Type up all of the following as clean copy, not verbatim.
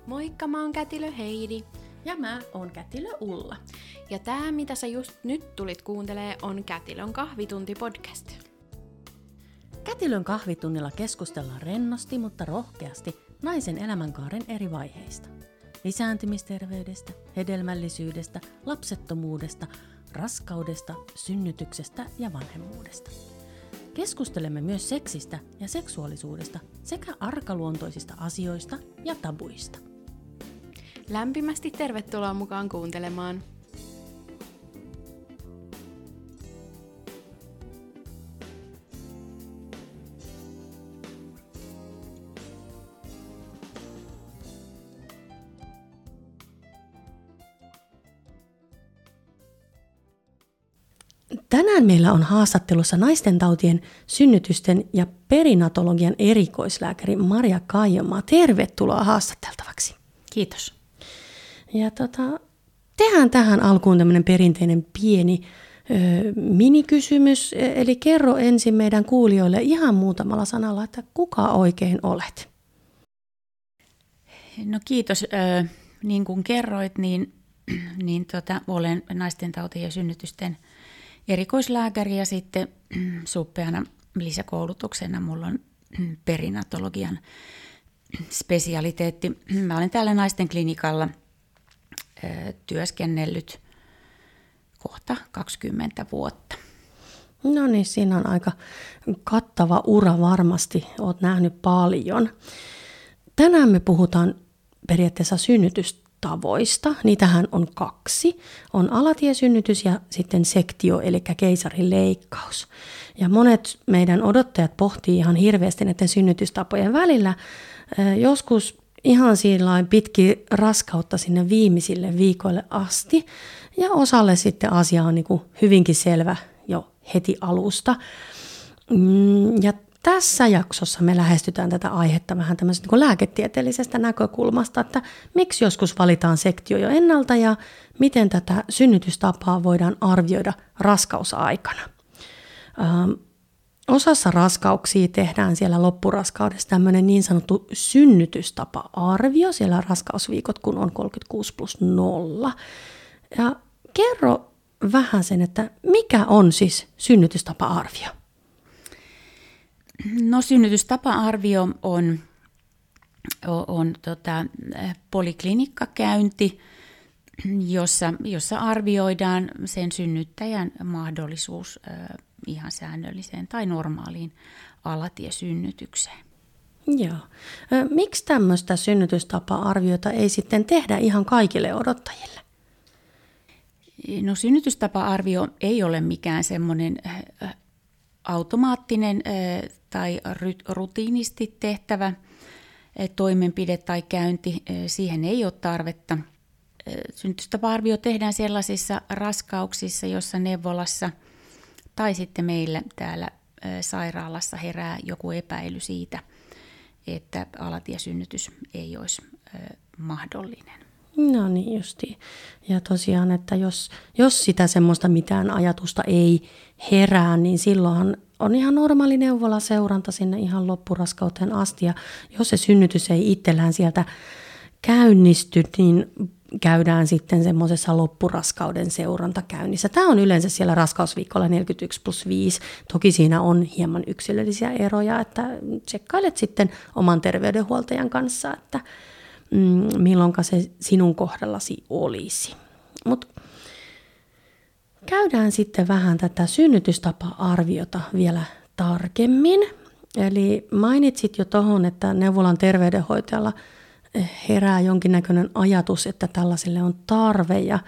Moikka, mä oon kätilö Heidi. Ja mä oon kätilö Ulla. Ja tää, mitä sä just nyt tulit kuuntelee, on Kätilön kahvitunti-podcast. Kätilön kahvitunnilla keskustellaan rennosti, mutta rohkeasti naisen elämänkaaren eri vaiheista. Lisääntymisterveydestä, hedelmällisyydestä, lapsettomuudesta, raskaudesta, synnytyksestä ja vanhemmuudesta. Keskustelemme myös seksistä ja seksuaalisuudesta sekä arkaluontoisista asioista ja tabuista. Lämpimästi tervetuloa mukaan kuuntelemaan. Tänään meillä on haastattelussa naistentautien, synnytysten ja perinatologian erikoislääkäri Maria Kaijomaa. Tervetuloa haastateltavaksi. Kiitos. Ja tehdään tähän alkuun tämmöinen perinteinen pieni minikysymys. Eli kerro ensin meidän kuulijoille ihan muutamalla sanalla, että kuka oikein olet? No kiitos. Niin kuin kerroit, niin olen naistentautien ja synnytysten erikoislääkäri ja sitten suppeana lisäkoulutuksena mulla on perinatologian spesialiteetti. Mä olen täällä naisten klinikalla työskennellyt kohta 20 vuotta. No niin, siinä on aika kattava ura varmasti. Olet nähnyt paljon. Tänään me puhutaan periaatteessa synnytystavoista. Niitähän on 2. On alatiesynnytys ja sitten sektio, eli keisarin leikkaus. Ja monet meidän odottajat pohtii ihan hirveästi näiden synnytystapojen välillä. Joskus ihan sillain pitkin raskautta sinne viimeisille viikoille asti. Ja osalle sitten asia on niin kuin hyvinkin selvä jo heti alusta. Ja tässä jaksossa me lähestytään tätä aihetta vähän tämmöisestä niin kuin lääketieteellisestä näkökulmasta, että miksi joskus valitaan sektio jo ennalta ja miten tätä synnytystapaa voidaan arvioida raskausaikana. Osassa raskauksia tehdään siellä loppuraskaudessa tämmöinen niin sanottu synnytystapa-arvio, siellä raskausviikot kun on 36+0. Ja kerro vähän sen, että mikä on siis synnytystapa-arvio? No synnytystapa-arvio on poliklinikkakäynti, jossa arvioidaan sen synnyttäjän mahdollisuus ihan säännölliseen tai normaaliin alatiesynnytykseen. Joo. Miksi tämmöistä synnytystapa-arviota ei sitten tehdä ihan kaikille odottajille? No synnytystapa-arvio ei ole mikään semmoinen automaattinen tai rutiinisti tehtävä toimenpide tai käynti. Siihen ei ole tarvetta. Synnytystapa-arvio tehdään sellaisissa raskauksissa, jossa neuvolassa tai sitten meillä täällä sairaalassa herää joku epäily siitä, että alatiesynnytys ei olisi mahdollinen. No niin justiin. Ja tosiaan, että jos sitä semmoista mitään ajatusta ei herää, niin silloinhan on ihan normaali neuvolaseuranta sinne ihan loppuraskauteen asti. Ja jos se synnytys ei itsellään sieltä käynnisty, niin käydään sitten semmoisessa loppuraskauden seurantakäynnissä. Tämä on yleensä siellä raskausviikolla 41+5. Toki siinä on hieman yksilöllisiä eroja, että tsekkailet sitten oman terveydenhuoltajan kanssa, että milloinka se sinun kohdallasi olisi. Mut käydään sitten vähän tätä synnytystapa-arviota vielä tarkemmin. Eli mainitsit jo tuohon, että neuvolan terveydenhoitajalla herää jonkinnäköinen ajatus, että tällaiselle on tarve. Ja,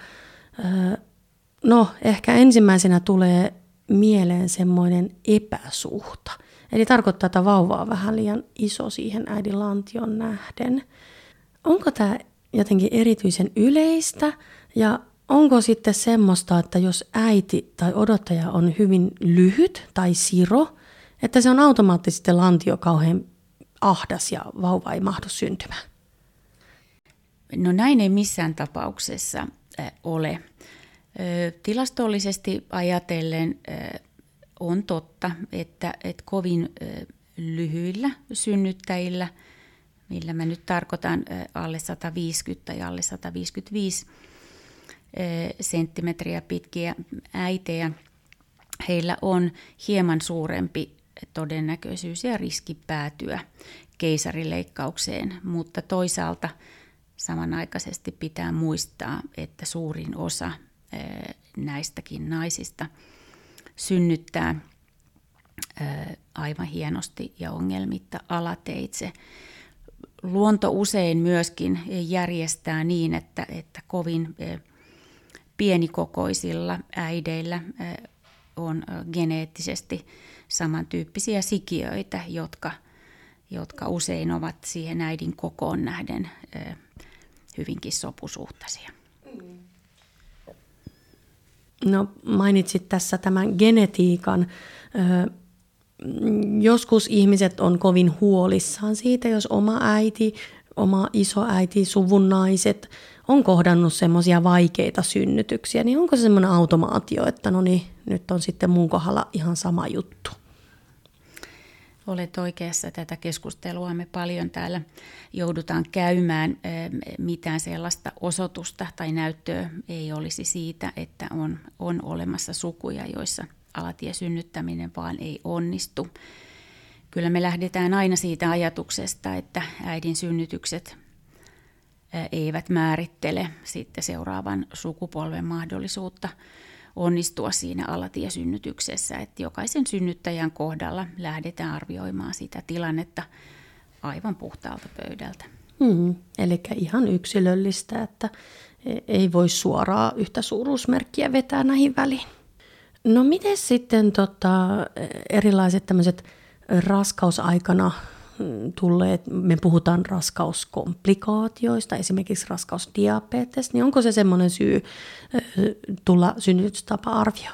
ehkä ensimmäisenä tulee mieleen semmoinen epäsuhta. Eli tarkoittaa, että vauva on vähän liian iso siihen äidin lantion nähden. Onko tämä jotenkin erityisen yleistä ja onko sitten semmoista, että jos äiti tai odottaja on hyvin lyhyt tai siro, että se on automaattisesti lantio kauhean ahdas ja vauva ei mahdu syntymään? No näin ei missään tapauksessa ole. Tilastollisesti ajatellen on totta, että kovin lyhyillä synnyttäjillä millä mä nyt tarkoitan alle 150 tai alle 155 senttimetriä pitkiä äitejä, heillä on hieman suurempi todennäköisyys ja riski päätyä keisarileikkaukseen, mutta toisaalta samanaikaisesti pitää muistaa, että suurin osa näistäkin naisista synnyttää aivan hienosti ja ongelmitta alateitse. Luonto usein myöskin järjestää niin, että kovin pienikokoisilla äideillä on geneettisesti samantyyppisiä sikiöitä, jotka usein ovat siihen äidin kokoon nähden hyvinkin sopusuhtaisia. No mainitsit tässä tämän genetiikan. Joskus ihmiset on kovin huolissaan siitä, jos oma äiti, oma isoäiti, suvun naiset on kohdannut semmoisia vaikeita synnytyksiä, niin onko se semmoinen automaatio, että no niin, nyt on sitten mun kohdalla ihan sama juttu? Olet oikeassa, tätä keskustelua me paljon täällä joudutaan käymään. Mitään sellaista osoitusta tai näyttöä ei olisi siitä, että on olemassa sukuja, joissa alatiesynnyttäminen vaan ei onnistu. Kyllä me lähdetään aina siitä ajatuksesta, että äidin synnytykset eivät määrittele sitten seuraavan sukupolven mahdollisuutta onnistua siinä alatiesynnytyksessä, että jokaisen synnyttäjän kohdalla lähdetään arvioimaan sitä tilannetta aivan puhtaalta pöydältä. Eli ihan yksilöllistä, että ei voi suoraan yhtä suuruusmerkkiä vetää näihin väliin. No miten sitten erilaiset tämmöiset raskausaikana tulleet, me puhutaan raskauskomplikaatioista, esimerkiksi raskausdiabetes, niin onko se semmoinen syy tulla synnytystapa-arvioon?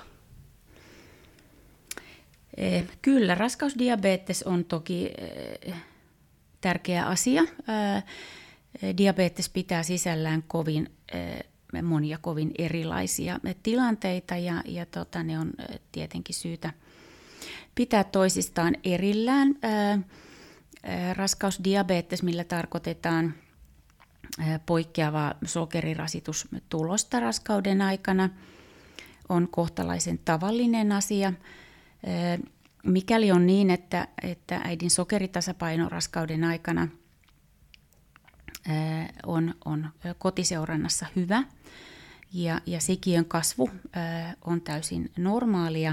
Kyllä, raskausdiabetes on toki tärkeä asia. Diabetes pitää sisällään monia kovin erilaisia tilanteita ja ne on tietenkin syytä pitää toisistaan erillään. Raskausdiabetes, millä tarkoitetaan poikkeavaa sokerirasitustulosta raskauden aikana, on kohtalaisen tavallinen asia. Mikäli on niin, että äidin sokeritasapaino raskauden aikana on kotiseurannassa hyvä ja sikiön kasvu on täysin normaalia,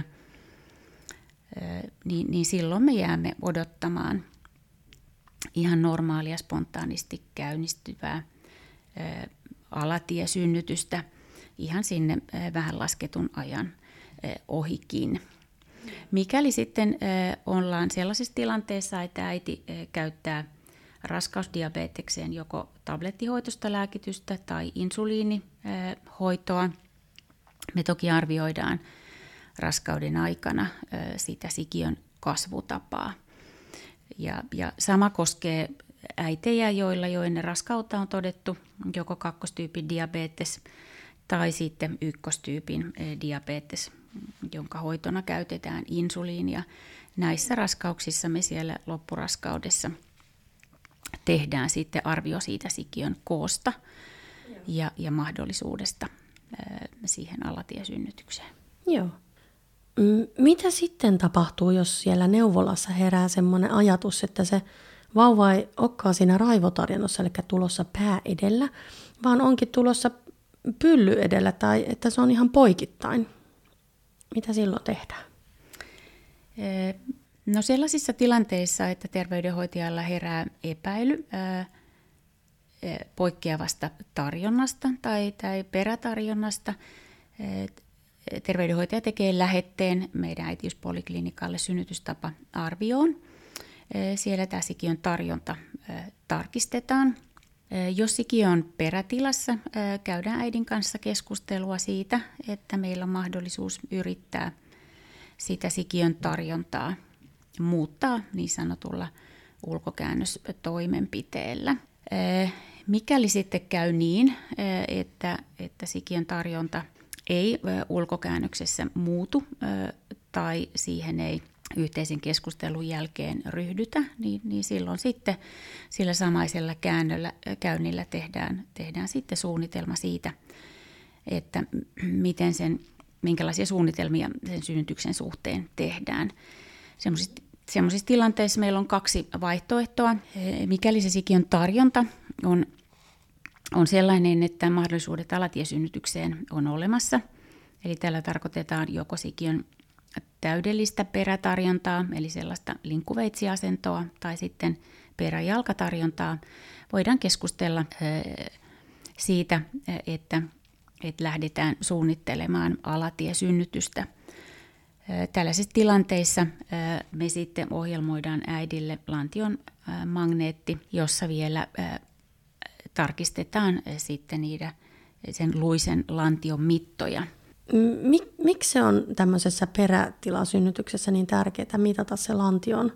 niin silloin me jäämme odottamaan ihan normaalia spontaanisti käynnistyvää alatiesynnytystä ihan sinne vähän lasketun ajan ohikin. Mikäli sitten ollaan sellaisessa tilanteessa, että äiti käyttää raskausdiabetekseen joko tablettihoitoista lääkitystä tai insuliinihoitoa, me toki arvioidaan raskauden aikana sitä sikiön kasvutapaa. Ja sama koskee äitejä, joilla jo ennen raskautta on todettu joko kakkostyypin diabetes tai sitten ykköstyypin diabetes, jonka hoitona käytetään insuliinia. Näissä raskauksissa me siellä loppuraskaudessa tehdään sitten arvio siitä sikiön koosta ja mahdollisuudesta siihen alatiesynnytykseen. Joo. Mitä sitten tapahtuu, jos siellä neuvolassa herää semmoinen ajatus, että se vauva ei olekaan siinä raivotarjannossa, eli tulossa pää edellä, vaan onkin tulossa pylly edellä tai että se on ihan poikittain? Mitä silloin tehdään? No sellaisissa tilanteissa, että terveydenhoitajalla herää epäily poikkeavasta tarjonnasta tai perätarjonnasta, terveydenhoitaja tekee lähetteen meidän äitiyspoliklinikalle synnytystapa-arvioon. Siellä tämä sikiön tarjonta tarkistetaan. Jos sikiö on perätilassa, käydään äidin kanssa keskustelua siitä, että meillä on mahdollisuus yrittää sitä sikiön tarjontaa muuttaa niin sanotulla ulkokäännöstoimenpiteellä. Mikäli sitten käy niin, että sikiön tarjonta ei ulkokäännöksessä muutu tai siihen ei yhteisen keskustelun jälkeen ryhdytä, niin silloin sitten sillä samaisella käynnillä tehdään sitten suunnitelma siitä, että minkälaisia suunnitelmia sen synnytyksen suhteen tehdään. Sellaisissa tilanteissa meillä on 2 vaihtoehtoa. Mikäli se sikiön tarjonta on sellainen, että mahdollisuudet alatiesynnytykseen on olemassa, eli tällä tarkoitetaan joko sikiön täydellistä perätarjontaa, eli sellaista linkkuveitsiasentoa, tai sitten peräjalkatarjontaa, voidaan keskustella siitä, että lähdetään suunnittelemaan alatiesynnytystä. Tällaisissa tilanteissa me sitten ohjelmoidaan äidille lantion magneetti, jossa vielä tarkistetaan sitten sen luisen lantion mittoja. Miksi se on tämmöisessä perätilasynnytyksessä niin tärkeää mitata se lantion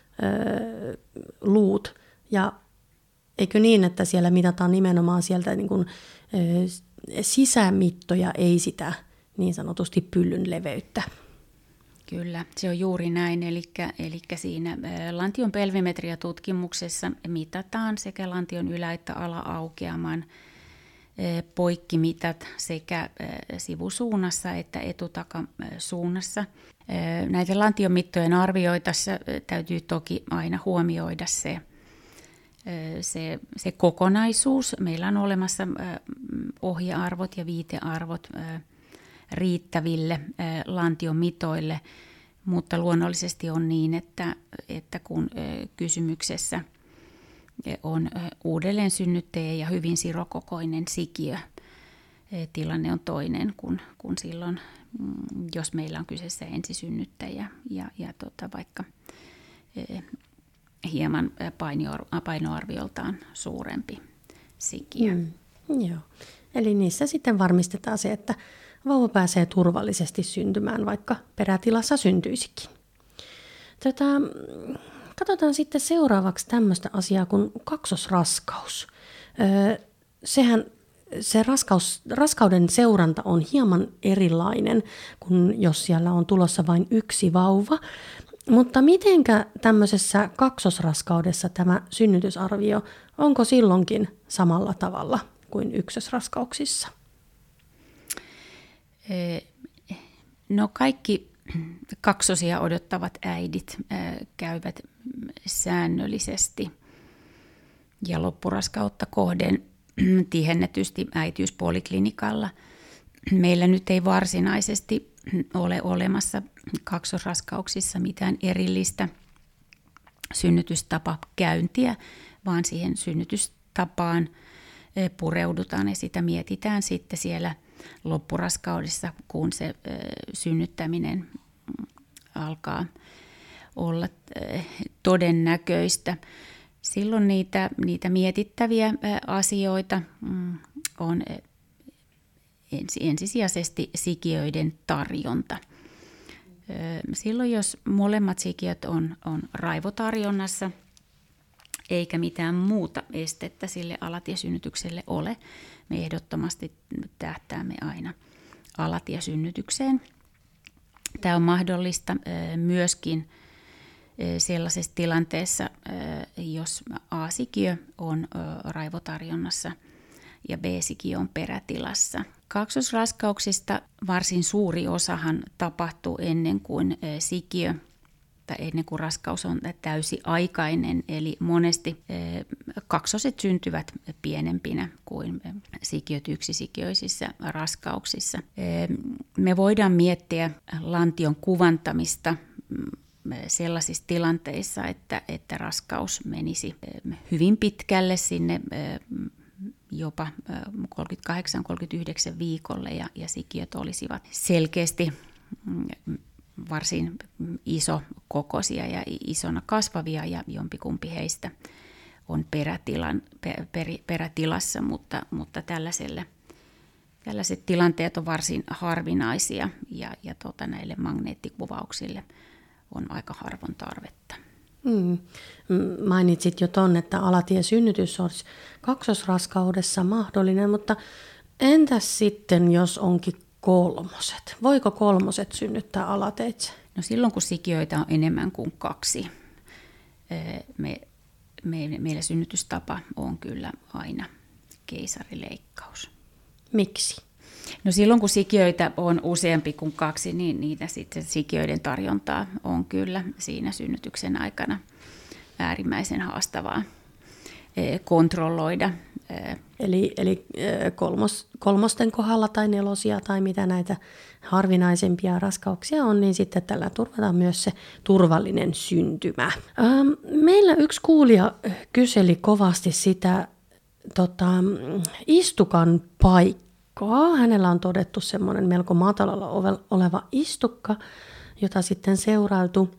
luut? Ja eikö niin, että siellä mitataan nimenomaan sieltä niin kuin, sisämittoja, ei sitä niin sanotusti pyllyn leveyttä? Kyllä, se on juuri näin. Eli siinä lantion pelvimetriatutkimuksessa mitataan sekä lantion ylä- että ala-aukeaman poikkimitat sekä sivusuunnassa että etutakasuunnassa. Näitä lantiomittojen arvioitaessa täytyy toki aina huomioida se kokonaisuus. Meillä on olemassa ohjearvot ja viitearvot riittäville lantiomitoille, mutta luonnollisesti on niin, että kun kysymyksessä on uudelleen synnyttäjä ja hyvin sirokokoinen sikiö, tilanne on toinen kuin silloin, jos meillä on kyseessä ensisynnyttäjä ja vaikka hieman painoarvioltaan suurempi sikiö. Joo. Eli niissä sitten varmistetaan se, että vauva pääsee turvallisesti syntymään, vaikka perätilassa syntyisikin. Katsotaan sitten seuraavaksi tämmöistä asiaa kuin kaksosraskaus. Se raskauden seuranta on hieman erilainen kuin jos siellä on tulossa vain yksi vauva. Mutta mitenkä tämmöisessä kaksosraskaudessa tämä synnytysarvio, onko silloinkin samalla tavalla kuin ykkösraskauksissa? No kaikki kaksosia odottavat äidit käyvät säännöllisesti ja loppuraskautta kohden tihennetysti äitiyspoliklinikalla. Meillä nyt ei varsinaisesti ole olemassa kaksosraskauksissa mitään erillistä synnytystapakäyntiä, vaan siihen synnytystapaan pureudutaan ja sitä mietitään sitten siellä loppuraskaudessa, kun se synnyttäminen alkaa olla todennäköistä. Silloin niitä mietittäviä asioita on ensisijaisesti sikiöiden tarjonta. Silloin jos molemmat sikiöt on raivotarjonnassa eikä mitään muuta estettä sille alatiesynnytykselle ole, me ehdottomasti tähtäämme aina alatiesynnytykseen. Tämä on mahdollista myöskin sellaisessa tilanteessa, jos A-sikiö on raivotarjonnassa ja B-sikiö on perätilassa. Kaksosraskauksista varsin suuri osahan tapahtuu ennen kuin sikiö tai ennen kuin raskaus on täysiaikainen, eli monesti kaksoset syntyvät pienempinä kuin sikiöt yksisikiöisissä raskauksissa. Me voidaan miettiä lantion kuvantamista sellaisissa tilanteissa, että raskaus menisi hyvin pitkälle sinne jopa 38-39 viikolle ja sikiöt olisivat selkeästi varsin isokokoisia ja isona kasvavia ja jompikumpi heistä on perätilassa, mutta tällaiset tilanteet on varsin harvinaisia ja näille magneettikuvauksille on aika harvoin tarvetta. Mainitsit jo ton, että alatiesynnytys olisi kaksosraskaudessa mahdollinen, mutta entäs sitten, jos onkin kolmoset? Voiko kolmoset synnyttää alateitse? No silloin, kun sikiöitä on enemmän kuin 2, meillä synnytystapa on kyllä aina keisarileikkaus. Miksi? No silloin, kun sikiöitä on useampi kuin 2, niin niitä sitten sikiöiden tarjontaa on kyllä siinä synnytyksen aikana äärimmäisen haastavaa kontrolloida. Eli kolmosten kohdalla tai 4 tai mitä näitä harvinaisempia raskauksia on, niin sitten tällä turvataan myös se turvallinen syntymä. Meillä yksi kuulija kyseli kovasti sitä istukan paikkaa. Hänellä on todettu semmoinen melko matalalla oleva istukka, jota sitten seurailtu.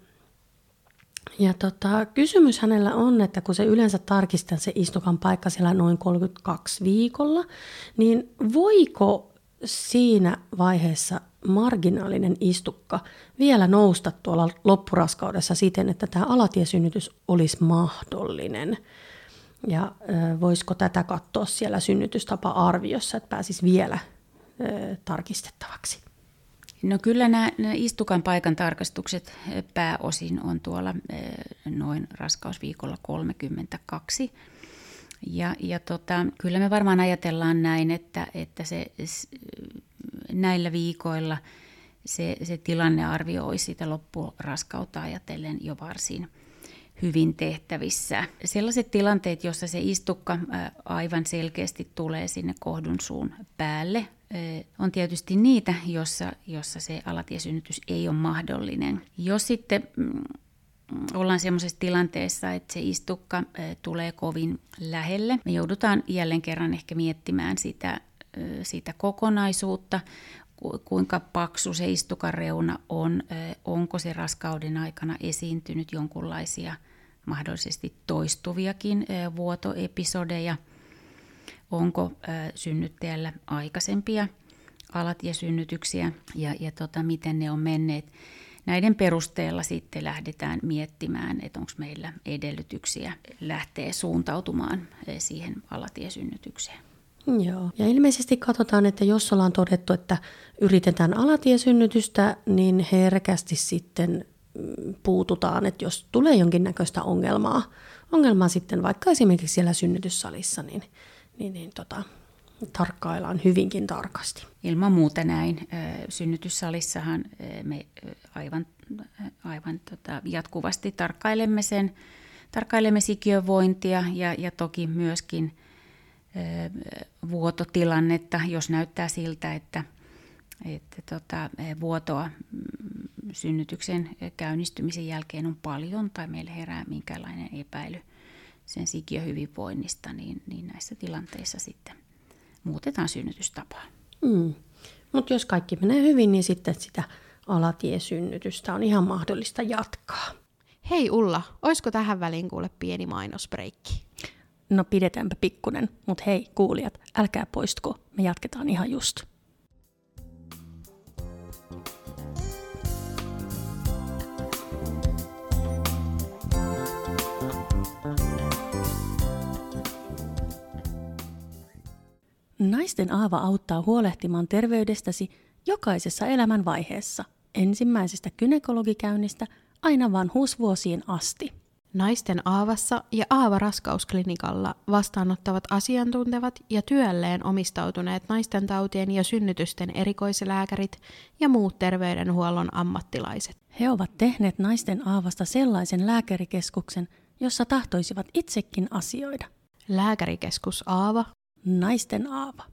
Ja kysymys hänellä on, että kun se yleensä tarkistaa se istukan paikka siellä noin 32 viikolla, niin voiko siinä vaiheessa marginaalinen istukka vielä nousta tuolla loppuraskaudessa siten, että tämä alatiesynnytys olisi mahdollinen? Ja voisiko tätä katsoa siellä synnytystapa-arviossa, että pääsisi vielä tarkistettavaksi? No kyllä nämä istukan paikan tarkastukset pääosin on tuolla noin raskausviikolla 32. Ja kyllä me varmaan ajatellaan näin, että se, näillä viikoilla se tilannearvio olisi sitä loppuraskautta ajatellen jo varsin hyvin tehtävissä. Sellaiset tilanteet, joissa se istukka aivan selkeästi tulee sinne kohdun suun päälle, on tietysti niitä, jossa se alatiesynnytys ei ole mahdollinen. Jos sitten ollaan semmoisessa tilanteessa, että se istukka tulee kovin lähelle, me joudutaan jälleen kerran ehkä miettimään sitä kokonaisuutta, kuinka paksu se istukan reuna on, onko se raskauden aikana esiintynyt jonkunlaisia mahdollisesti toistuviakin vuotoepisodeja, onko synnyttäjällä aikaisempia alatiesynnytyksiä ja miten ne on menneet. Näiden perusteella sitten lähdetään miettimään, että onko meillä edellytyksiä lähteä suuntautumaan siihen alatiesynnytykseen. Joo, ja ilmeisesti katsotaan, että jos ollaan todettu, että yritetään alatiesynnytystä, niin herkästi sitten puututaan, että jos tulee jonkinnäköistä ongelmaa sitten vaikka esimerkiksi siellä synnytyssalissa, niin tarkkaillaan hyvinkin tarkasti. Ilman muuta näin. Synnytyssalissahan me aivan jatkuvasti tarkkailemme sikiövointia ja toki myöskin vuototilannetta, jos näyttää siltä, että vuotoa synnytyksen käynnistymisen jälkeen on paljon tai meillä herää minkälainen epäily sen sikiöhyvinvoinnista, niin näissä tilanteissa sitten muutetaan synnytystapaa. Mutta jos kaikki menee hyvin, niin sitten sitä alatiesynnytystä on ihan mahdollista jatkaa. Hei Ulla, olisiko tähän väliin kuule pieni mainosbreikki? No pidetäänpä pikkunen, mutta hei kuulijat, älkää poistuko, me jatketaan ihan just. Naisten Aava auttaa huolehtimaan terveydestäsi jokaisessa elämänvaiheessa, ensimmäisestä gynekologikäynnistä aina vanhuusvuosiin asti. Naisten Aavassa ja Aava-raskausklinikalla vastaanottavat asiantuntevat ja työlleen omistautuneet naistentautien ja synnytysten erikoislääkärit ja muut terveydenhuollon ammattilaiset. He ovat tehneet Naisten Aavasta sellaisen lääkärikeskuksen, jossa tahtoisivat itsekin asioida. Lääkärikeskus Aava. Naisten Aava.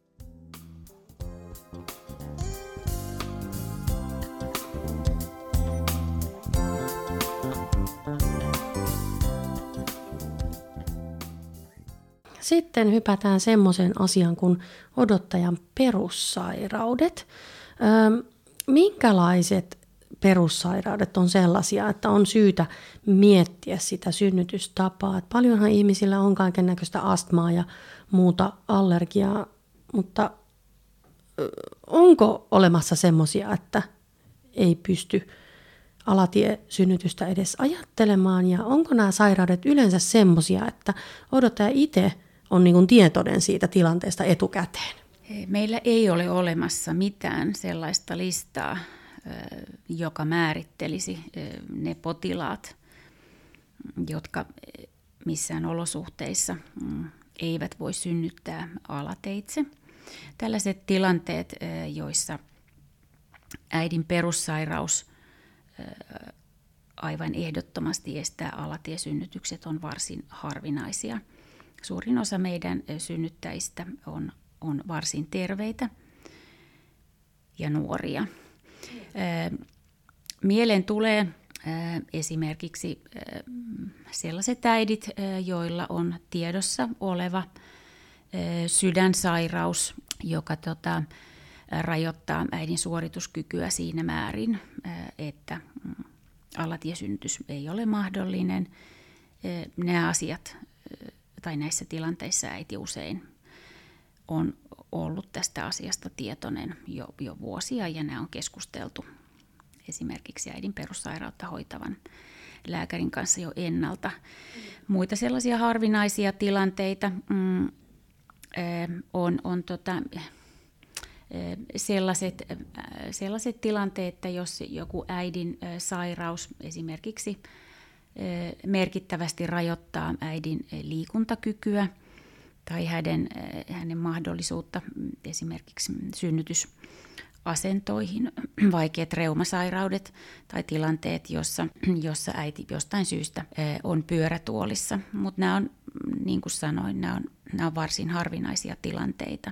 Sitten hypätään semmoisen asian kuin odottajan perussairaudet. Minkälaiset perussairaudet on sellaisia, että on syytä miettiä sitä synnytystapaa? Et paljonhan ihmisillä on kaikennäköistä astmaa ja muuta allergiaa, mutta onko olemassa semmoisia, että ei pysty alatiesynnytystä edes ajattelemaan? Ja onko nämä sairaudet yleensä semmoisia, että odottaja itse on niin kuin tietoinen siitä tilanteesta etukäteen? Meillä ei ole olemassa mitään sellaista listaa joka määrittelisi ne potilaat, jotka missään olosuhteissa eivät voi synnyttää alateitse. Tällaiset tilanteet, joissa äidin perussairaus aivan ehdottomasti estää alatiesynnytykset, on varsin harvinaisia. Suurin osa meidän synnyttäjistä on varsin terveitä ja nuoria. Mieleen tulee esimerkiksi sellaiset äidit, joilla on tiedossa oleva sydänsairaus, joka rajoittaa äidin suorituskykyä siinä määrin, että alatiesynnytys ei ole mahdollinen. Nämä asiat tai näissä tilanteissa äiti usein on ollut tästä asiasta tietoinen jo vuosia ja nämä on keskusteltu esimerkiksi äidin perussairautta hoitavan lääkärin kanssa jo ennalta. Muita sellaisia harvinaisia tilanteita on sellaiset tilanteet, että jos joku äidin sairaus esimerkiksi merkittävästi rajoittaa äidin liikuntakykyä tai hänen mahdollisuutta esimerkiksi synnytysasentoihin, vaikeat reumasairaudet tai tilanteet, jossa äiti jostain syystä on pyörätuolissa. Mutta nämä on, niin kuin sanoin, nämä on varsin harvinaisia tilanteita.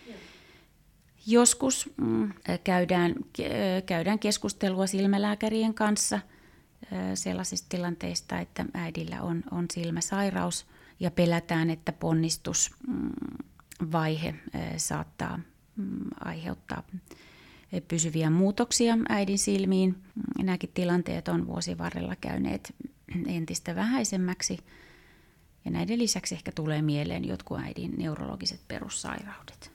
Joskus käydään keskustelua silmälääkärien kanssa sellaisista tilanteista, että äidillä on silmäsairaus ja pelätään, että ponnistusvaihe saattaa aiheuttaa pysyviä muutoksia äidin silmiin. Nämäkin tilanteet on vuosien varrella käyneet entistä vähäisemmäksi ja näiden lisäksi ehkä tulee mieleen jotkut äidin neurologiset perussairaudet.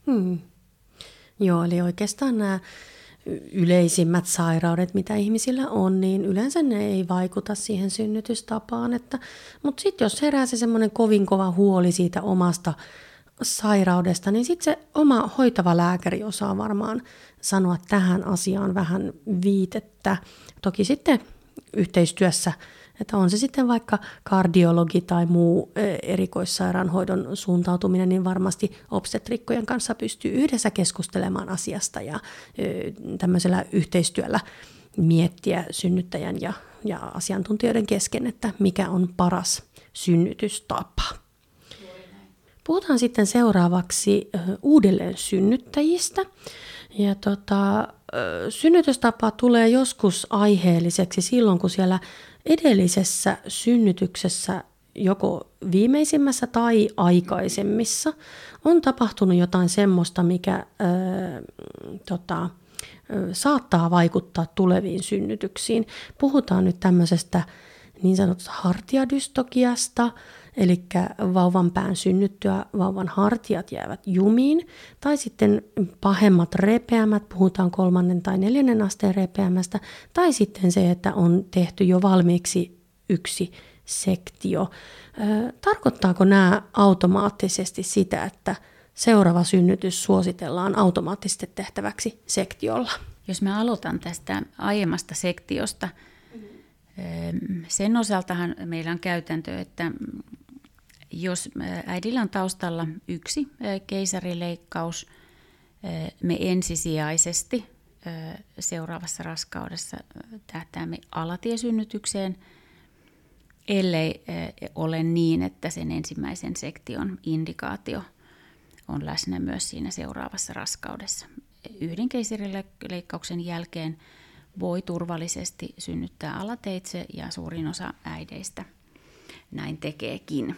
Joo, eli oikeastaan nämä yleisimmät sairaudet, mitä ihmisillä on, niin yleensä ne ei vaikuta siihen synnytystapaan. Mutta sitten jos herää se semmoinen kovin kova huoli siitä omasta sairaudesta, niin sitten se oma hoitava lääkäri osaa varmaan sanoa tähän asiaan vähän viitettä. Toki sitten yhteistyössä, että on se sitten vaikka kardiologi tai muu erikoissairaanhoidon suuntautuminen, niin varmasti obstetrikkojen kanssa pystyy yhdessä keskustelemaan asiasta ja tämmöisellä yhteistyöllä miettiä synnyttäjän ja asiantuntijoiden kesken, että mikä on paras synnytystapa. Puhutaan sitten seuraavaksi uudelleen synnyttäjistä. Ja synnytystapa tulee joskus aiheelliseksi silloin, kun siellä edellisessä synnytyksessä, joko viimeisimmässä tai aikaisemmissa, on tapahtunut jotain semmoista, mikä saattaa vaikuttaa tuleviin synnytyksiin. Puhutaan nyt tämmöisestä niin sanotusta hartiadystokiasta, eli vauvan pään synnyttyä vauvan hartiat jäävät jumiin, tai sitten pahemmat repeämät, puhutaan 3. tai 4. asteen repeämästä, tai sitten se, että on tehty jo valmiiksi yksi sektio. Tarkoittaako nämä automaattisesti sitä, että seuraava synnytys suositellaan automaattisesti tehtäväksi sektiolla? Jos mä aloitan tästä aiemmasta sektiosta, sen osaltahan meillä on käytäntö, että jos äidillä on taustalla yksi keisarileikkaus, me ensisijaisesti seuraavassa raskaudessa tähtäämme alatiesynnytykseen, ellei ole niin, että sen ensimmäisen sektion indikaatio on läsnä myös siinä seuraavassa raskaudessa. Yhden keisarileikkauksen jälkeen voi turvallisesti synnyttää alateitse ja suurin osa äideistä näin tekeekin.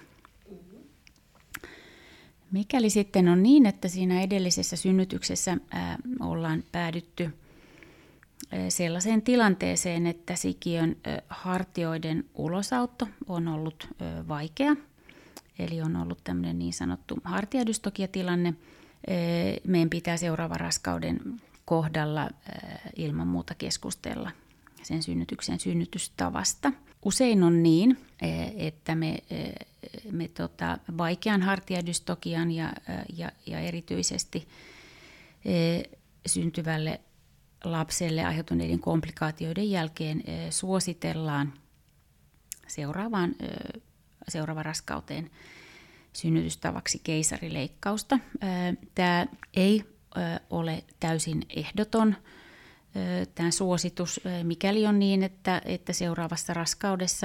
Mikäli sitten on niin, että siinä edellisessä synnytyksessä ollaan päädytty sellaiseen tilanteeseen, että sikiön hartioiden ulosautto on ollut vaikea, eli on ollut tämmöinen niin sanottu hartiadystokiatilanne, meidän pitää seuraavan raskauden kohdalla ilman muuta keskustella sen synnytyksen synnytystavasta. Usein on niin, että me vaikean hartiadystokian ja erityisesti syntyvälle lapselle aiheutuneiden komplikaatioiden jälkeen suositellaan seuraavaan raskauteen synnytystavaksi keisarileikkausta. Tämä ei ole täysin ehdoton tämä suositus, mikäli on niin, että seuraavassa raskaudessa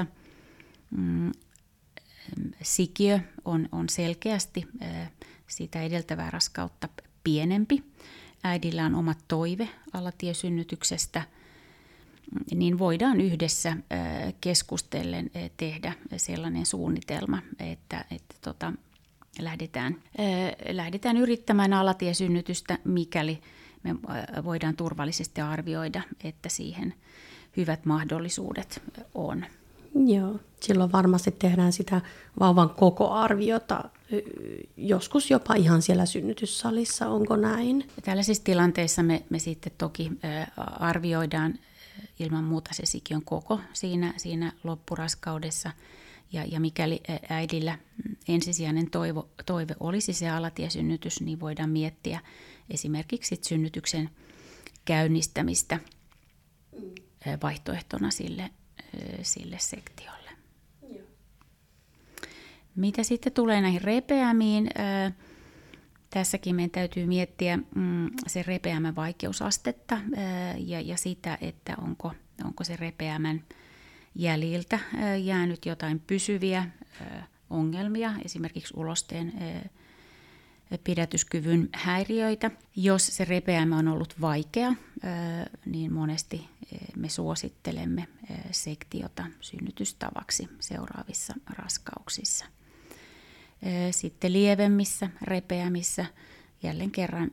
sikiö on selkeästi sitä edeltävää raskautta pienempi. Äidillä on oma toive alatiesynnytyksestä, niin voidaan yhdessä keskustellen tehdä sellainen suunnitelma, että lähdetään yrittämään alatiesynnytystä, mikäli me voidaan turvallisesti arvioida, että siihen hyvät mahdollisuudet on. Joo, silloin varmasti tehdään sitä vauvan koko arviota, joskus jopa ihan siellä synnytyssalissa, onko näin? Tällaisissa tilanteissa me sitten toki arvioidaan ilman muuta se sikiön koko siinä loppuraskaudessa. Ja mikäli äidillä ensisijainen toive olisi se alatiesynnytys, niin voidaan miettiä esimerkiksi synnytyksen käynnistämistä vaihtoehtona sille sektiolle. Joo. Mitä sitten tulee näihin repeämiin, tässäkin meidän täytyy miettiä se repeämän vaikeusastetta ja sitä, että onko se repeämän jäljiltä jäänyt jotain pysyviä ongelmia, esimerkiksi ulosteen pidätyskyvyn häiriöitä. Jos se repeämä on ollut vaikea, niin monesti me suosittelemme sektiota synnytystavaksi seuraavissa raskauksissa. Sitten lievemmissä repeämissä jälleen kerran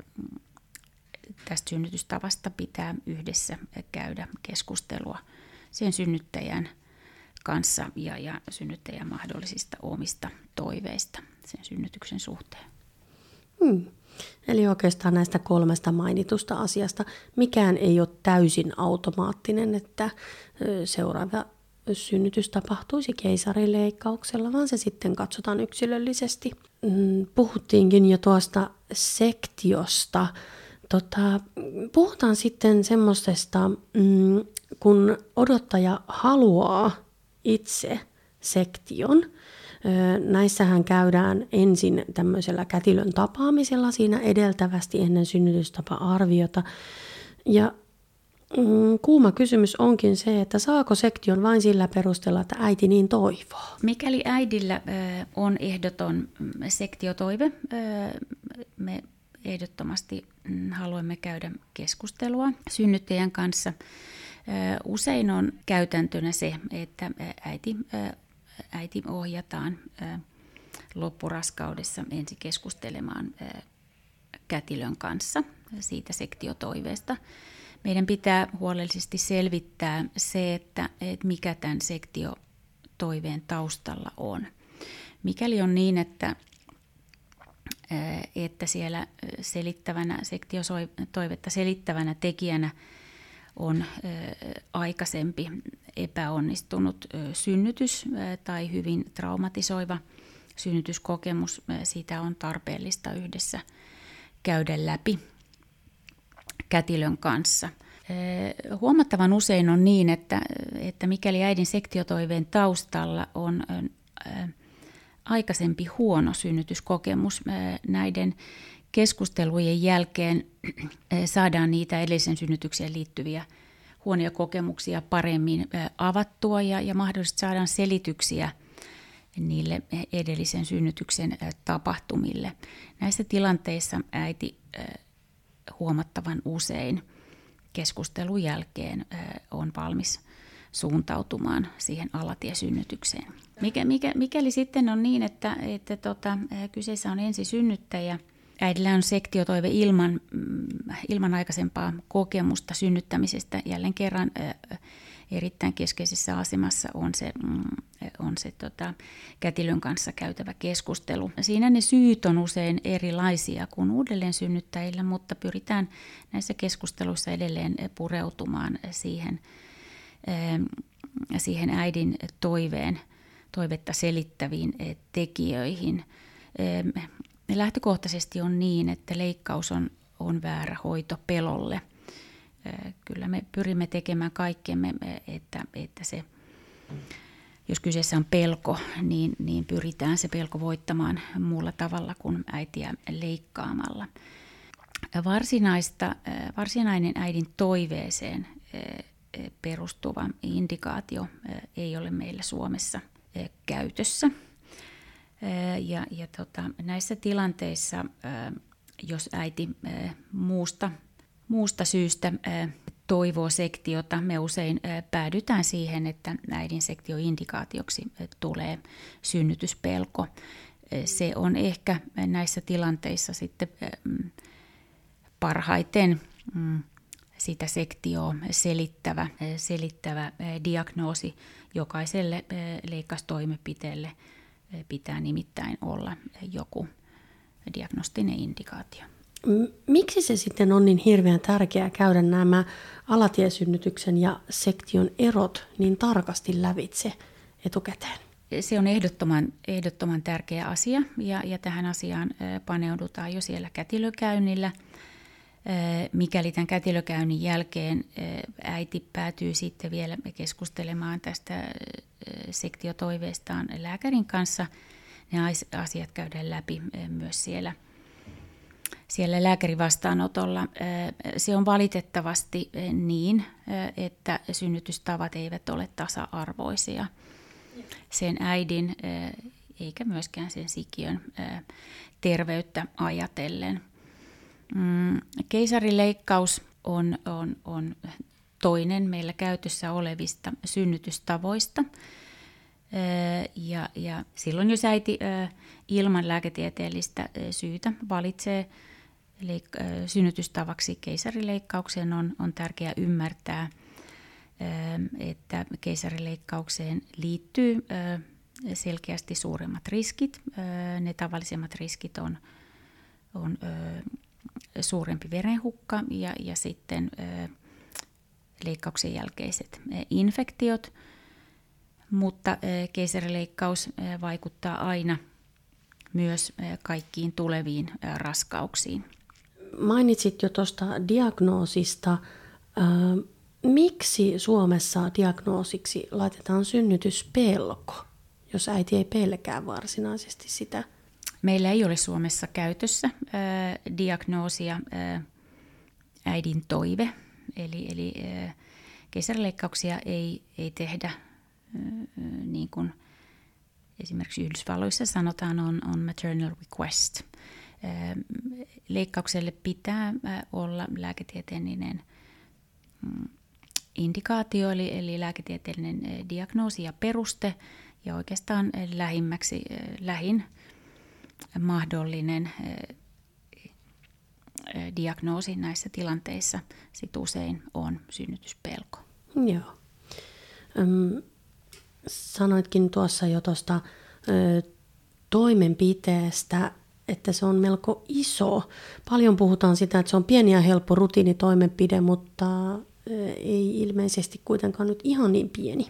tästä synnytystavasta pitää yhdessä käydä keskustelua sen synnyttäjän kanssa ja synnyttäjän mahdollisista omista toiveista sen synnytyksen suhteen. Eli oikeastaan näistä 3 mainitusta asiasta mikään ei ole täysin automaattinen, että seuraava synnytys tapahtuisi keisarileikkauksella, vaan se sitten katsotaan yksilöllisesti. Puhuttiinkin jo tuosta sektiosta. Puhutaan sitten semmoisesta, kun odottaja haluaa itse sektion. Näissähän käydään ensin tämmöisellä kätilön tapaamisella siinä edeltävästi ennen synnytystapa-arviota. Ja kuuma kysymys onkin se, että saako sektion vain sillä perusteella, että äiti niin toivoo? Mikäli äidillä on ehdoton sektiotoive, me ehdottomasti haluamme käydä keskustelua synnyttäjän kanssa. Usein on käytäntönä se, että äiti ohjataan loppuraskaudessa ensin keskustelemaan kätilön kanssa siitä sektiotoiveesta. Meidän pitää huolellisesti selvittää se, että mikä tämän sektiotoiveen taustalla on. Mikäli on niin, että siellä sektiotoivetta selittävänä tekijänä on aikaisempi epäonnistunut synnytys tai hyvin traumatisoiva synnytyskokemus, sitä on tarpeellista yhdessä käydä läpi kätilön kanssa. Huomattavan usein on niin, että mikäli äidin sektiotoiveen taustalla on aikaisempi huono synnytyskokemus, näiden keskustelujen jälkeen saadaan niitä edellisen synnytykseen liittyviä huonoja kokemuksia paremmin avattua ja mahdollisesti saadaan selityksiä niille edellisen synnytyksen tapahtumille. Näissä tilanteissa äiti huomattavan usein keskustelun jälkeen on valmis suuntautumaan siihen alatiesynnytykseen. Mikäli sitten on niin, että kyseessä on ensisynnyttäjä, äidillä on sektiotoive ilman aikaisempaa kokemusta synnyttämisestä, jälleen kerran erittäin keskeisessä asemassa on se kätilön kanssa käytävä keskustelu. Siinä ne syyt on usein erilaisia kuin uudelleen synnyttäjillä, mutta pyritään näissä keskusteluissa edelleen pureutumaan siihen äidin toivetta selittäviin tekijöihin. Lähtökohtaisesti on niin, että leikkaus on väärä hoito pelolle. kyllä me pyrimme tekemään kaikkemme, että se, jos kyseessä on pelko, niin pyritään se pelko voittamaan muulla tavalla kuin äitiä leikkaamalla. Varsinainen äidin toiveeseen perustuva indikaatio ei ole meillä Suomessa käytössä. Näissä tilanteissa, jos äiti muusta syystä toivoo sektiota, me usein päädytään siihen, että äidin sektioindikaatioksi tulee synnytyspelko. Se on ehkä näissä tilanteissa sitten parhaiten sitä sektioa selittävä diagnoosi. Jokaiselle leikkaustoimenpiteelle pitää nimittäin olla joku diagnostinen indikaatio. Miksi se sitten on niin hirveän tärkeää käydä nämä alatiesynnytyksen ja sektion erot niin tarkasti lävitse etukäteen? Se on ehdottoman tärkeä asia ja tähän asiaan paneudutaan jo siellä kätilökäynnillä. Mikäli tämän kätilökäynnin jälkeen äiti päätyy sitten vielä keskustelemaan tästä sektiotoiveestaan lääkärin kanssa, ne asiat käydään läpi myös siellä lääkärin vastaanotolla. Se on valitettavasti niin, että synnytystavat eivät ole tasa-arvoisia sen äidin eikä myöskään sen sikiön terveyttä ajatellen. Keisarileikkaus on toinen meillä käytössä olevista synnytystavoista. Ja silloin jos äiti ilman lääketieteellistä syytä valitsee synnytystavaksi keisarileikkauksen, on tärkeää ymmärtää, että keisarileikkaukseen liittyy selkeästi suuremmat riskit. Ne tavallisemmat riskit on suurempi verenhukka ja sitten leikkauksen jälkeiset infektiot, mutta keisarileikkaus vaikuttaa aina myös kaikkiin tuleviin raskauksiin. Mainitsit jo tuosta diagnoosista. Miksi Suomessa diagnoosiksi laitetaan synnytyspelko, jos äiti ei pelkää varsinaisesti sitä? Meillä ei ole Suomessa käytössä diagnoosia äidin toive, eli keisarileikkauksia ei tehdä niin kuin esimerkiksi Yhdysvalloissa sanotaan on maternal request. Leikkaukselle pitää olla lääketieteellinen indikaatio, eli lääketieteellinen diagnoosi ja peruste, ja oikeastaan lähin mahdollinen diagnoosi näissä tilanteissa sit usein on synnytyspelko. Joo. Sanoitkin tuossa jo tuosta toimenpiteestä, että se on melko iso. Paljon puhutaan sitä, että se on pieni ja helppo rutiinitoimenpide, mutta ei ilmeisesti kuitenkaan nyt ihan niin pieni.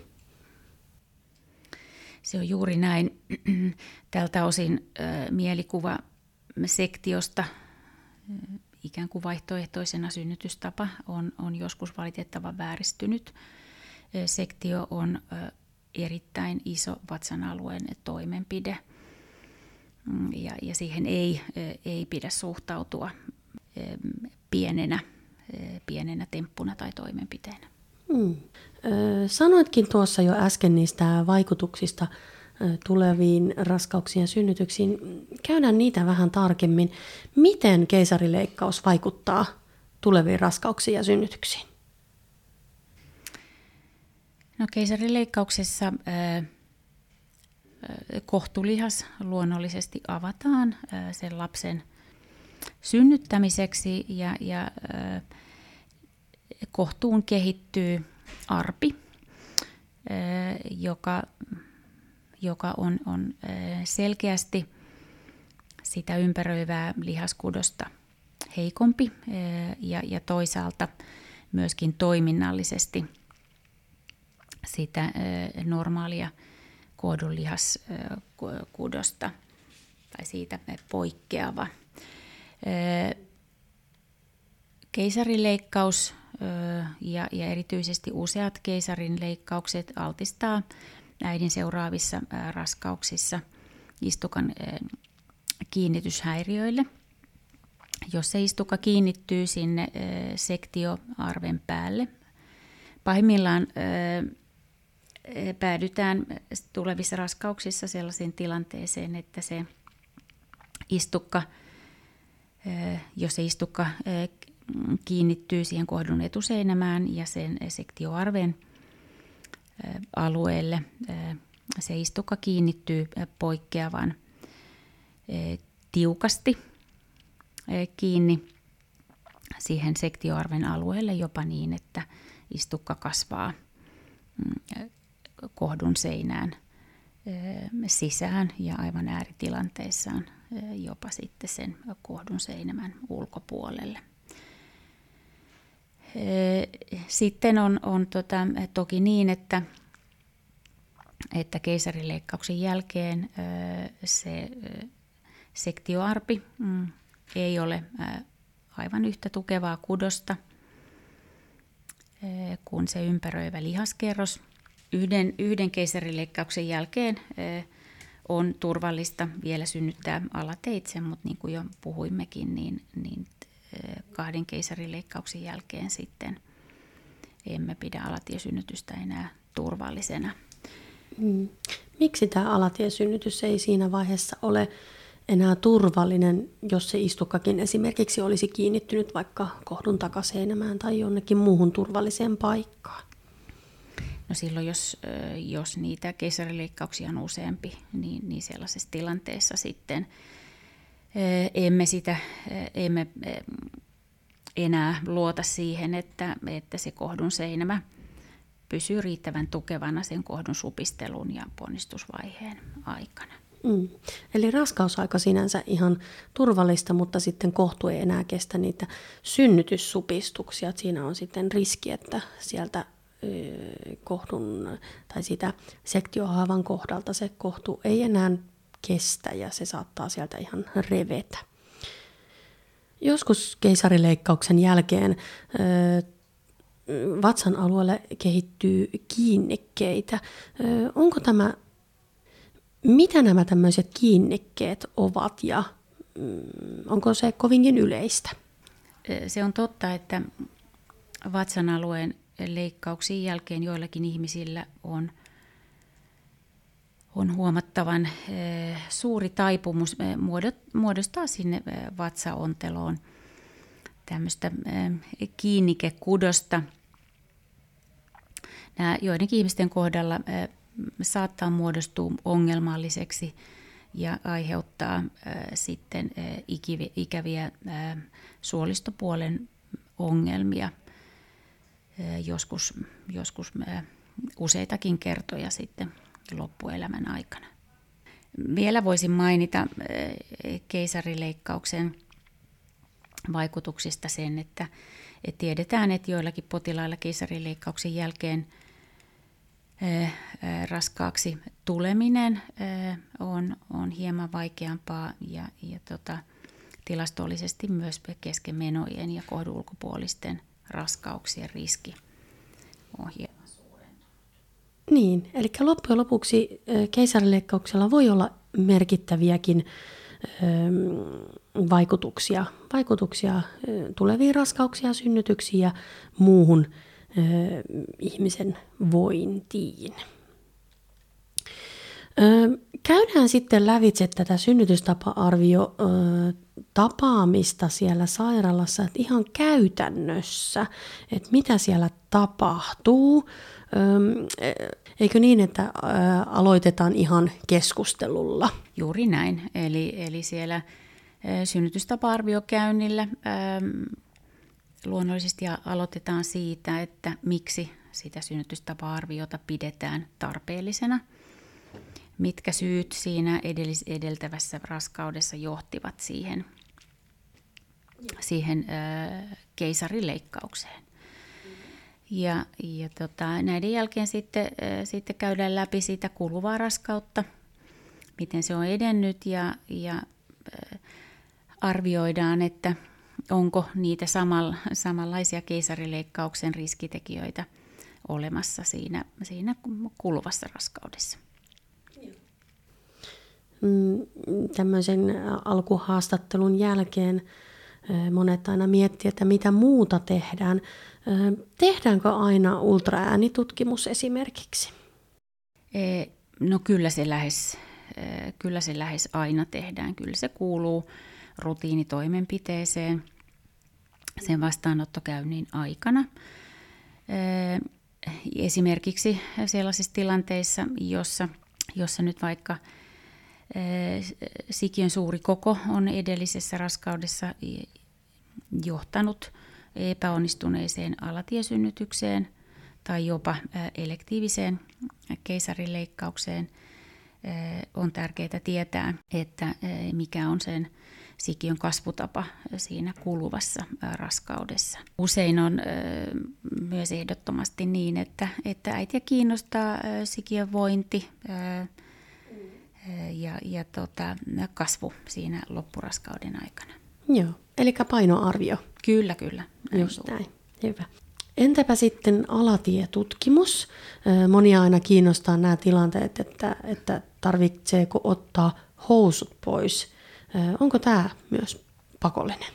Se on juuri näin. Tältä osin mielikuva sektiosta ikään kuin vaihtoehtoisena synnytystapa on joskus valitettavan vääristynyt. Sektio on erittäin iso vatsan alueen toimenpide ja siihen ei pidä suhtautua pienenä temppuna tai toimenpiteenä. Sanoitkin tuossa jo äsken niistä vaikutuksista tuleviin raskauksiin ja synnytyksiin. Käydään niitä vähän tarkemmin. Miten keisarileikkaus vaikuttaa tuleviin raskauksiin ja synnytyksiin? No, keisarileikkauksessa kohtulihas luonnollisesti avataan sen lapsen synnyttämiseksi ja kohtuun kehittyy arpi, joka on selkeästi sitä ympäröivää lihaskudosta heikompi ja toisaalta myöskin toiminnallisesti sitä normaalia kohdunlihaskudosta tai siitä poikkeava. Keisarileikkaus ja erityisesti useat keisarinleikkaukset altistaa äidin seuraavissa raskauksissa istukan kiinnityshäiriöille. Jos se istukka kiinnittyy sinne sektioarven päälle, pahimmillaan päädytään tulevissa raskauksissa sellaiseen tilanteeseen, että se istukka, jos se istukka kiinnittyy siihen kohdun etuseinämään ja sen sektioarven alueelle, se istukka kiinnittyy poikkeavan tiukasti kiinni siihen sektioarven alueelle jopa niin, että istukka kasvaa kohdun seinään sisään ja aivan ääritilanteissaan jopa sitten sen kohdun seinämän ulkopuolelle. Sitten on toki niin, että keisarileikkauksen jälkeen se sektioarpi ei ole aivan yhtä tukevaa kudosta kuin se ympäröivä lihaskerros. Yhden keisarileikkauksen jälkeen on turvallista vielä synnyttää alateitse, mutta niin kuin jo puhuimmekin, niin 2 keisarileikkauksen jälkeen sitten emme pidä alatiesynnytystä enää turvallisena. Miksi tämä alatiesynnytys ei siinä vaiheessa ole enää turvallinen, jos se istukkakin esimerkiksi olisi kiinnittynyt vaikka kohdun takaseinämään tai jonnekin muuhun turvalliseen paikkaan? No silloin, jos niitä keisarileikkauksia on useampi, niin sellaisessa tilanteessa sitten emme enää luota siihen, että se kohdun seinämä pysyy riittävän tukevana sen kohdun supistelun ja ponnistusvaiheen aikana. Eli raskausaika sinänsä ihan turvallista, mutta sitten kohtu ei enää kestä niitä synnytyssupistuksia. Siinä on sitten riski, että sieltä kohdun tai sitä sektiohaavan kohdalta se kohtu ei enää kestä ja se saattaa sieltä ihan revetä. Joskus keisarileikkauksen jälkeen vatsan alueelle kehittyy kiinnikkeitä. Mitä nämä tämmöiset kiinnikkeet ovat ja onko se kovinkin yleistä? Se on totta, että vatsan alueen leikkauksien jälkeen joillakin ihmisillä on huomattavan suuri taipumus muodostaa sinne vatsaonteloon tämmöistä kiinnikekudosta. Nämä joidenkin ihmisten kohdalla saattaa muodostua ongelmalliseksi ja aiheuttaa sitten ikäviä suolistopuolen ongelmia joskus useitakin kertoja sitten loppuelämän aikana. Vielä voisin mainita keisarileikkauksen vaikutuksista sen, että tiedetään, että joillakin potilailla keisarileikkauksen jälkeen raskaaksi tuleminen on hieman vaikeampaa ja tilastollisesti myös keskenmenojen ja kohdun ulkopuolisten raskauksien riski on hieman suurempi. Niin, eli loppujen lopuksi keisarileikkauksella voi olla merkittäviäkin vaikutuksia tuleviin raskauksiin, synnytyksiin ja muuhun ihmisen vointiin. Käydään sitten lävitse tätä synnytystapa-arviotapaamista siellä sairaalassa, että ihan käytännössä, että mitä siellä tapahtuu. Eikö niin, että aloitetaan ihan keskustelulla? Juuri näin, eli siellä synnytystapa-arviokäynnillä luonnollisesti aloitetaan siitä, että miksi sitä synnytystapa-arviota pidetään tarpeellisena. Mitkä syyt siinä edeltävässä raskaudessa johtivat siihen keisarileikkaukseen. Ja näiden jälkeen sitten käydään läpi sitä kuluvaa raskautta, miten se on edennyt ja arvioidaan, että onko niitä samanlaisia keisarileikkauksen riskitekijöitä olemassa siinä kuluvassa raskaudessa. Tämmöisen alkuhaastattelun jälkeen monet aina miettii, että mitä muuta tehdään. Tehdäänkö aina ultraäänitutkimus esimerkiksi? No kyllä se lähes aina tehdään. Kyllä se kuuluu rutiinitoimenpiteeseen sen vastaanottokäynnin aikana. Esimerkiksi sellaisissa tilanteissa, jossa nyt vaikka sikiön suuri koko on edellisessä raskaudessa johtanut epäonnistuneeseen alatiesynnytykseen tai jopa elektiiviseen keisarileikkaukseen, on tärkeää tietää, että mikä on sen sikiön kasvutapa siinä kuluvassa raskaudessa. Usein on myös ehdottomasti niin, että äitiä kiinnostaa sikiön vointi ja kasvu siinä loppuraskauden aikana. Joo, eli painoarvio. Kyllä. Just näin, hyvä. Entäpä sitten alatietutkimus? Monia aina kiinnostaa nämä tilanteet, että tarvitseeko ottaa housut pois. Onko tämä myös pakollinen?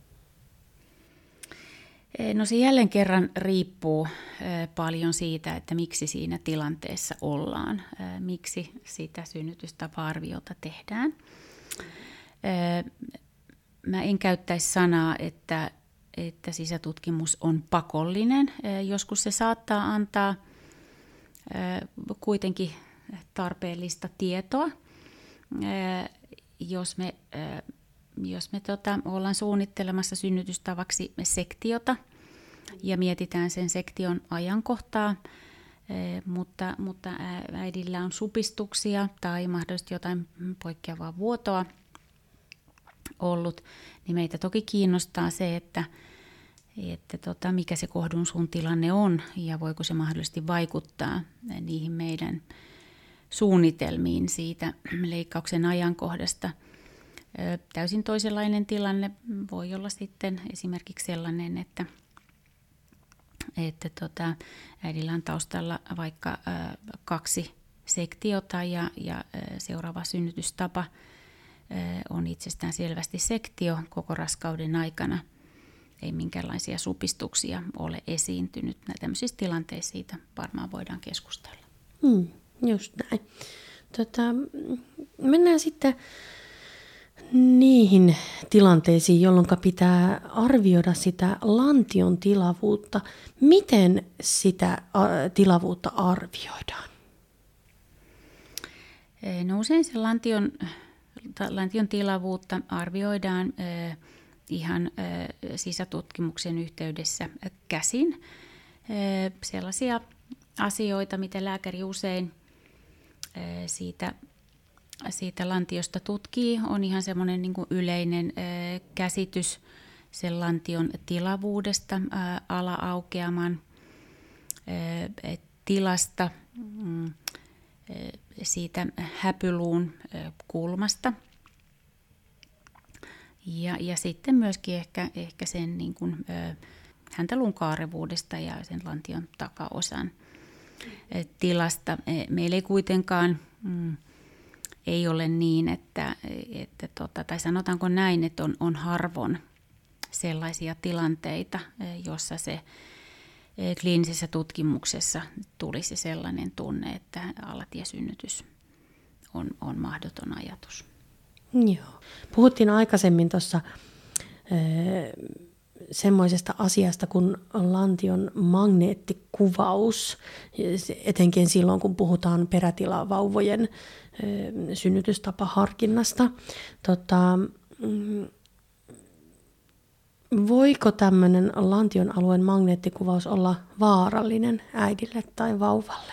No se jälleen kerran riippuu paljon siitä, että miksi siinä tilanteessa ollaan, miksi sitä synnytystapa-arviota tehdään. Mä en käyttäisi sanaa, että sisätutkimus on pakollinen. Joskus se saattaa antaa kuitenkin tarpeellista tietoa. Jos me ollaan suunnittelemassa synnytystavaksi sektiota ja mietitään sen sektion ajankohtaa, mutta äidillä on supistuksia tai mahdollisesti jotain poikkeavaa vuotoa ollut, niin meitä toki kiinnostaa se, että mikä se kohdun suun tilanne on ja voiko se mahdollisesti vaikuttaa niihin meidän suunnitelmiin siitä leikkauksen ajankohdasta. Täysin toisenlainen tilanne voi olla sitten esimerkiksi sellainen, että äidillä on taustalla vaikka 2 sektiota ja seuraava synnytystapa on itsestään selvästi sektio koko raskauden aikana. Ei minkäänlaisia supistuksia ole esiintynyt. Tämmöisissä tilanteissa siitä varmaan voidaan keskustella. Just näin. Mennään sitten niihin tilanteisiin, jolloin pitää arvioida sitä lantion tilavuutta. Miten sitä tilavuutta arvioidaan? No usein se lantion tilavuutta arvioidaan ihan sisätutkimuksen yhteydessä käsin. Sellaisia asioita, mitä lääkäri usein siitä lantiosta tutkii, on ihan semmoinen niin kuin yleinen käsitys sen lantion tilavuudesta, ala-aukeaman tilasta, siitä häpyluun kulmasta ja sitten myöskin ehkä sen niin kuin, häntäluun kaarevuudesta ja sen lantion takaosan tilasta. Meillä ei kuitenkaan ei ole niin, tai sanotaanko näin, että on harvoin sellaisia tilanteita, jossa se kliinisessä tutkimuksessa tulisi sellainen tunne, että alatiesynnytys on mahdoton ajatus. Joo. Puhuttiin aikaisemmin tuossa semmoisesta asiasta kuin lantion magneettikuvaus, etenkin silloin kun puhutaan perätilavauvojen synnytystapaharkinnasta. Voiko tämmöinen lantion alueen magneettikuvaus olla vaarallinen äidille tai vauvalle?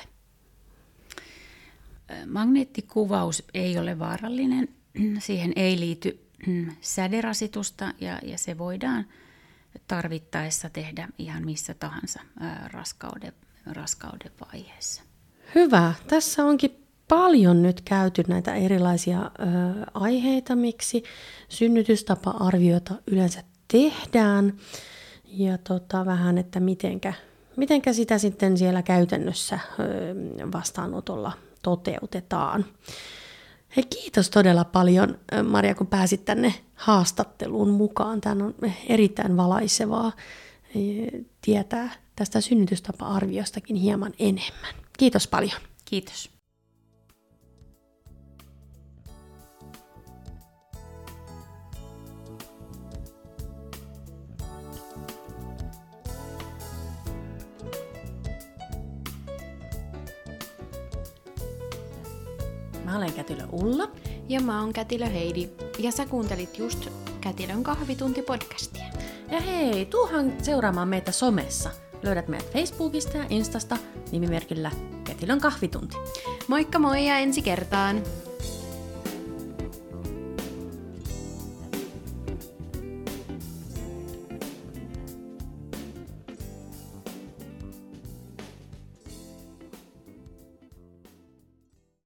Magneettikuvaus ei ole vaarallinen. Siihen ei liity säderasitusta ja se voidaan tarvittaessa tehdä ihan missä tahansa raskauden vaiheessa. Hyvä. Tässä onkin paljon nyt käyty näitä erilaisia aiheita, miksi synnytystapa-arviota yleensä tehdään ja vähän, että mitenkä sitä sitten siellä käytännössä vastaanotolla toteutetaan. Hei, kiitos todella paljon, Maria, kun pääsit tänne haastatteluun mukaan. Tämä on erittäin valaisevaa tietää tästä synnytystapa-arviostakin hieman enemmän. Kiitos paljon. Kiitos. Mä olen Kätilö Ulla. Ja mä oon Kätilö Heidi. Ja sä kuuntelit just Kätilön kahvitunti-podcastia. Ja hei, tuuhan seuraamaan meitä somessa. Löydät meidät Facebookista ja Instasta nimimerkillä Kätilön kahvitunti. Moikka moi ja ensi kertaan!